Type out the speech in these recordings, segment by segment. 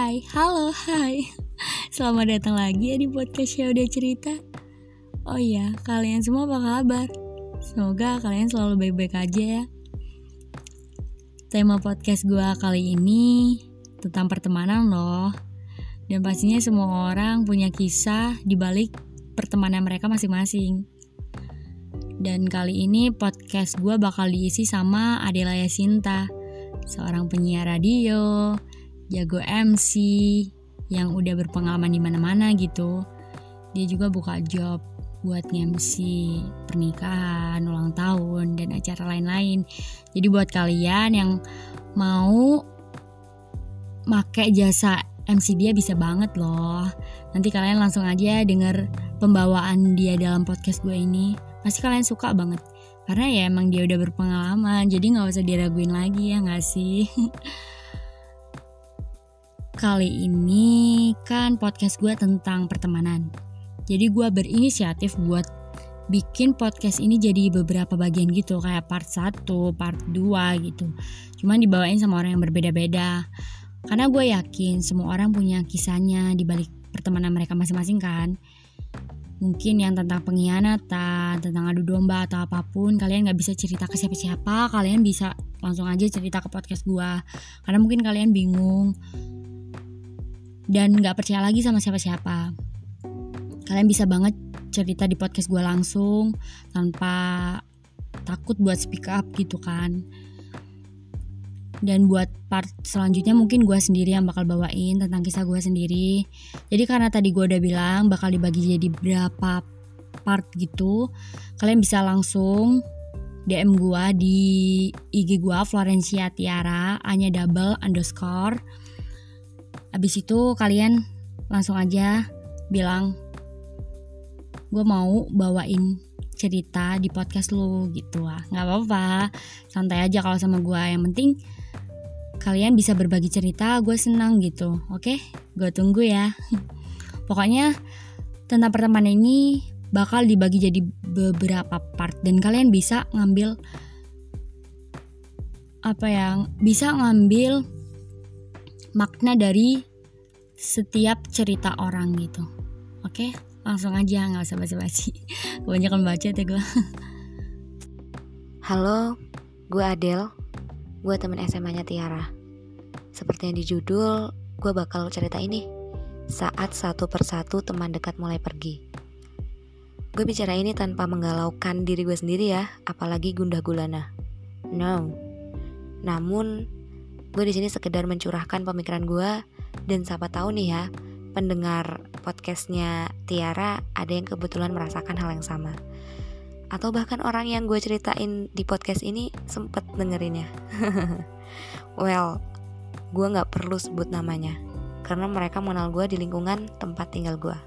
Hai. Selamat datang lagi ya di podcast Ya Udah Cerita. Oh iya, kalian semua apa kabar? Semoga kalian selalu baik-baik aja ya. Tema podcast gue kali ini tentang pertemanan loh. Dan pastinya semua orang punya kisah di balik pertemanan mereka masing-masing. Dan kali ini podcast gue bakal diisi sama Adela Yasinta, seorang penyiar radio, jago MC yang udah berpengalaman di mana-mana gitu. Dia juga buka job buat nge-MC pernikahan, ulang tahun, dan acara lain-lain. Jadi buat kalian yang mau make jasa MC dia bisa banget loh. Nanti kalian langsung aja denger pembawaan dia dalam podcast gue ini. Pasti kalian suka banget. Karena ya emang dia udah berpengalaman, jadi gak usah diraguin lagi ya gak sih? Kali ini kan podcast gue tentang pertemanan. Jadi gue berinisiatif buat bikin podcast ini jadi beberapa bagian gitu, kayak part 1, part 2 gitu. Cuman dibawain sama orang yang berbeda-beda. Karena gue yakin semua orang punya kisahnya di balik pertemanan mereka masing-masing kan. Mungkin yang tentang pengkhianatan, tentang adu domba atau apapun, kalian gak bisa cerita ke siapa-siapa, kalian bisa langsung aja cerita ke podcast gue. Karena mungkin kalian bingung dan gak percaya lagi sama siapa-siapa. Kalian bisa banget cerita di podcast gue langsung tanpa takut buat speak up gitu kan. Dan buat part selanjutnya mungkin gue sendiri yang bakal bawain tentang kisah gue sendiri. Jadi karena tadi gue udah bilang bakal dibagi jadi berapa part gitu, kalian bisa langsung DM gue di IG gue Florencia Tiara _. Abis itu kalian langsung aja bilang, gue mau bawain cerita di podcast lu gitu lah. Gak apa-apa, santai aja kalau sama gue. Yang penting kalian bisa berbagi cerita, gue senang gitu. Oke, gue tunggu ya. Pokoknya tentang pertemanan ini bakal dibagi jadi beberapa part. Dan kalian bisa ngambil bisa ngambil makna dari setiap cerita orang gitu. Oke, langsung aja, gak usah basa-basi. Kebanyakan baca deh gue. Halo, gue Adel. Gue temen SMA-nya Tiara. Seperti yang di judul, gue bakal cerita ini saat satu persatu teman dekat mulai pergi. Gue bicara ini tanpa menggalaukan diri gue sendiri ya, apalagi gundah gulana. No. Namun gue di sini sekedar mencurahkan pemikiran gue, dan siapa tahu nih ya, pendengar podcastnya Tiara ada yang kebetulan merasakan hal yang sama, atau bahkan orang yang gue ceritain di podcast ini sempet dengerinnya. Well, gue gak perlu sebut namanya karena mereka mengenal gue di lingkungan tempat tinggal gue.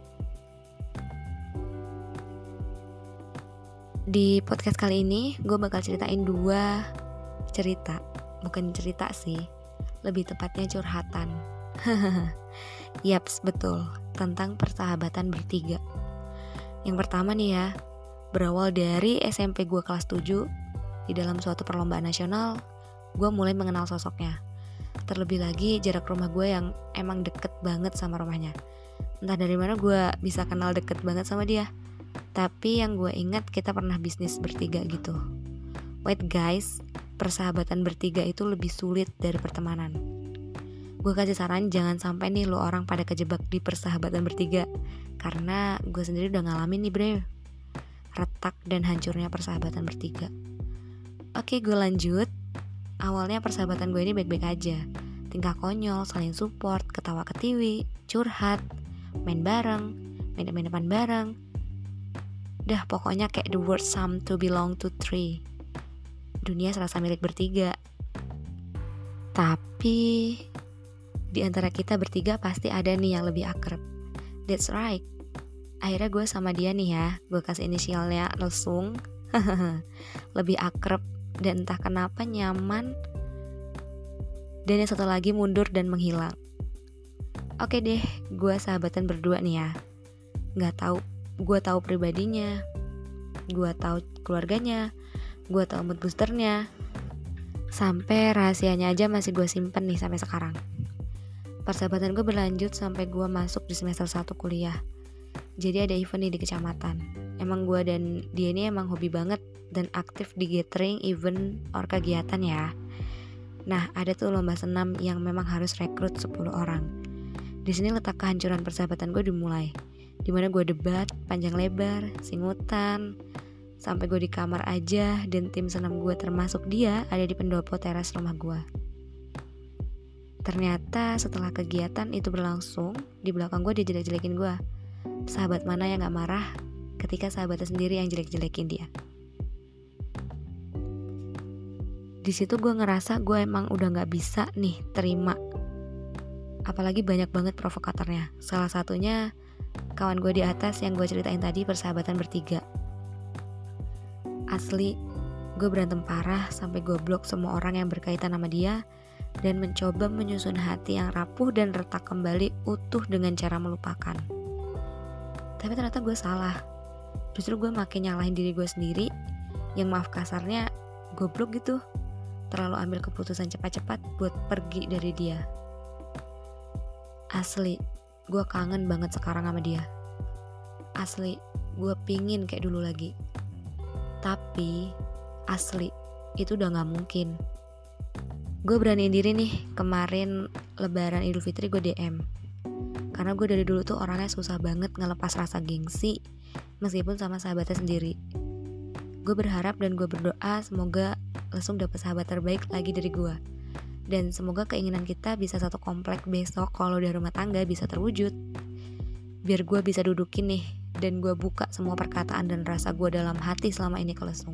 Di podcast kali ini gue bakal ceritain 2 cerita. Bukan cerita sih, lebih tepatnya curhatan. Yaps, betul, tentang persahabatan bertiga. Yang pertama nih ya, berawal dari SMP gue kelas 7. Di dalam suatu perlombaan nasional, gue mulai mengenal sosoknya. Terlebih lagi jarak rumah gue yang emang deket banget sama rumahnya. Entah dari mana gue bisa kenal deket banget sama dia. Tapi yang gue ingat kita pernah bisnis bertiga gitu. Wait guys, persahabatan bertiga itu lebih sulit dari pertemanan. Gue kasih saran jangan sampai nih lo orang pada kejebak di persahabatan bertiga. Karena gue sendiri udah ngalamin nih bre, retak dan hancurnya persahabatan bertiga. Oke, gue lanjut. Awalnya persahabatan gue ini baik-baik aja. Tingkah konyol, saling support, ketawa ketiwi, curhat, main bareng, minum-minuman bareng. Dah pokoknya kayak the word some to belong to three. Dunia serasa milik bertiga. Tapi di antara kita bertiga pasti ada nih yang lebih akrab. That's right. Akhirnya gue sama dia nih ya, gue kasih inisialnya Lesung. Lebih akrab dan entah kenapa nyaman. Dan yang satu lagi mundur dan menghilang. Oke deh, gue sahabatan berdua nih ya. Gue tahu pribadinya, gue tahu keluarganya, gue tahu mood boosternya. Sampai rahasianya aja masih gue simpen nih sampai sekarang. Persahabatan gue berlanjut sampai gue masuk di semester 1 kuliah. Jadi ada event nih di kecamatan. Emang gue dan dia ini emang hobi banget dan aktif di gathering event or kegiatan ya. Nah, ada tuh lomba senam yang memang harus rekrut 10 orang. Di sini letak kehancuran persahabatan gue dimulai. Dimana gue debat panjang lebar, singutan, sampai gue di kamar aja dan tim senam gue termasuk dia ada di pendopo teras rumah gue. Ternyata setelah kegiatan itu berlangsung, di belakang gue dia jelek-jelekin gue. Sahabat mana yang gak marah ketika sahabatnya sendiri yang jelek-jelekin dia? Di situ gue ngerasa gue emang udah gak bisa nih terima. Apalagi banyak banget provokatornya. Salah satunya kawan gue di atas yang gue ceritain tadi, persahabatan bertiga. Asli, gue berantem parah sampai gue blok semua orang yang berkaitan sama dia dan mencoba menyusun hati yang rapuh dan retak kembali utuh dengan cara melupakan. Tapi ternyata gue salah. Justru gue makin nyalahin diri gue sendiri yang maaf kasarnya goblok gitu. Terlalu ambil keputusan cepat-cepat buat pergi dari dia. Asli, gue kangen banget sekarang sama dia. Asli, gue pingin kayak dulu lagi. Tapi, asli, itu udah gak mungkin. Gue beraniin diri nih, kemarin lebaran Idul Fitri gue DM. Karena gue dari dulu tuh orangnya susah banget ngelepas rasa gengsi, meskipun sama sahabatnya sendiri. Gue berharap dan gue berdoa semoga langsung dapet sahabat terbaik lagi dari gue. Dan semoga keinginan kita bisa satu komplek besok kalau udah rumah tangga bisa terwujud. Biar gue bisa dudukin nih dan gue buka semua perkataan dan rasa gue dalam hati selama ini ke Lesung.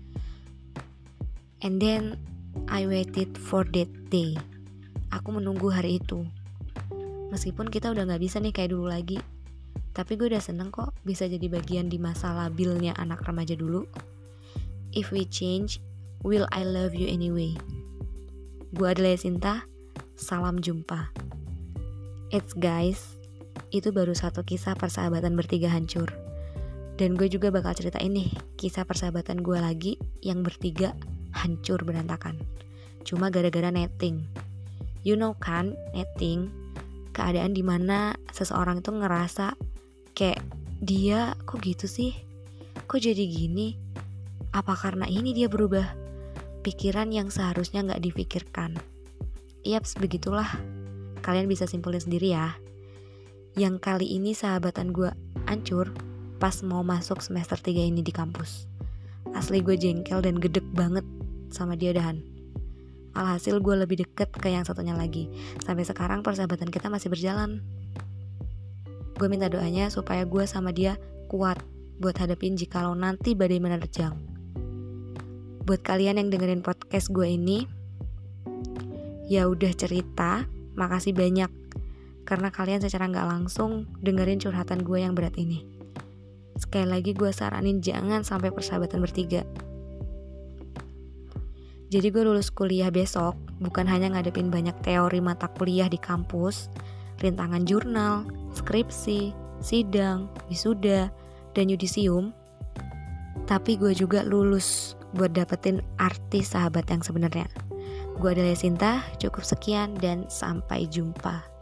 And then I waited for that day. Aku menunggu hari itu. Meskipun kita udah gak bisa nih kayak dulu lagi, tapi gue udah seneng kok bisa jadi bagian di masa labilnya anak remaja dulu. If we change, will I love you anyway. Gue Adelia Sinta, salam jumpa. It's guys, itu baru satu kisah persahabatan bertiga hancur. Dan gue juga bakal ceritain nih kisah persahabatan gue lagi yang bertiga hancur berantakan. Cuma gara-gara netting. You know kan, netting, keadaan dimana seseorang itu ngerasa kayak dia kok gitu sih? Kok jadi gini? Apa karena ini dia berubah? Pikiran yang seharusnya gak difikirkan. Yaps, begitulah. Kalian bisa simpulin sendiri ya. Yang kali ini sahabatan gue hancur pas mau masuk semester 3 ini di kampus. Asli gue jengkel dan gedek banget sama dia dahan. Alhasil gue lebih deket ke yang satunya lagi. Sampai sekarang persahabatan kita masih berjalan. Gue minta doanya supaya gue sama dia kuat buat hadapin jikalau nanti badai menerjang. Buat kalian yang dengerin podcast gue ini, ya udah cerita, makasih banyak. Karena kalian secara gak langsung dengerin curhatan gue yang berat ini. Sekali lagi gue saranin jangan sampai persahabatan bertiga. Jadi gue lulus kuliah besok bukan hanya ngadepin banyak teori mata kuliah di kampus, rintangan jurnal, skripsi, sidang, wisuda, dan yudisium, tapi gue juga lulus buat dapetin arti sahabat yang sebenarnya. Gue Adelia Sinta, cukup sekian dan sampai jumpa.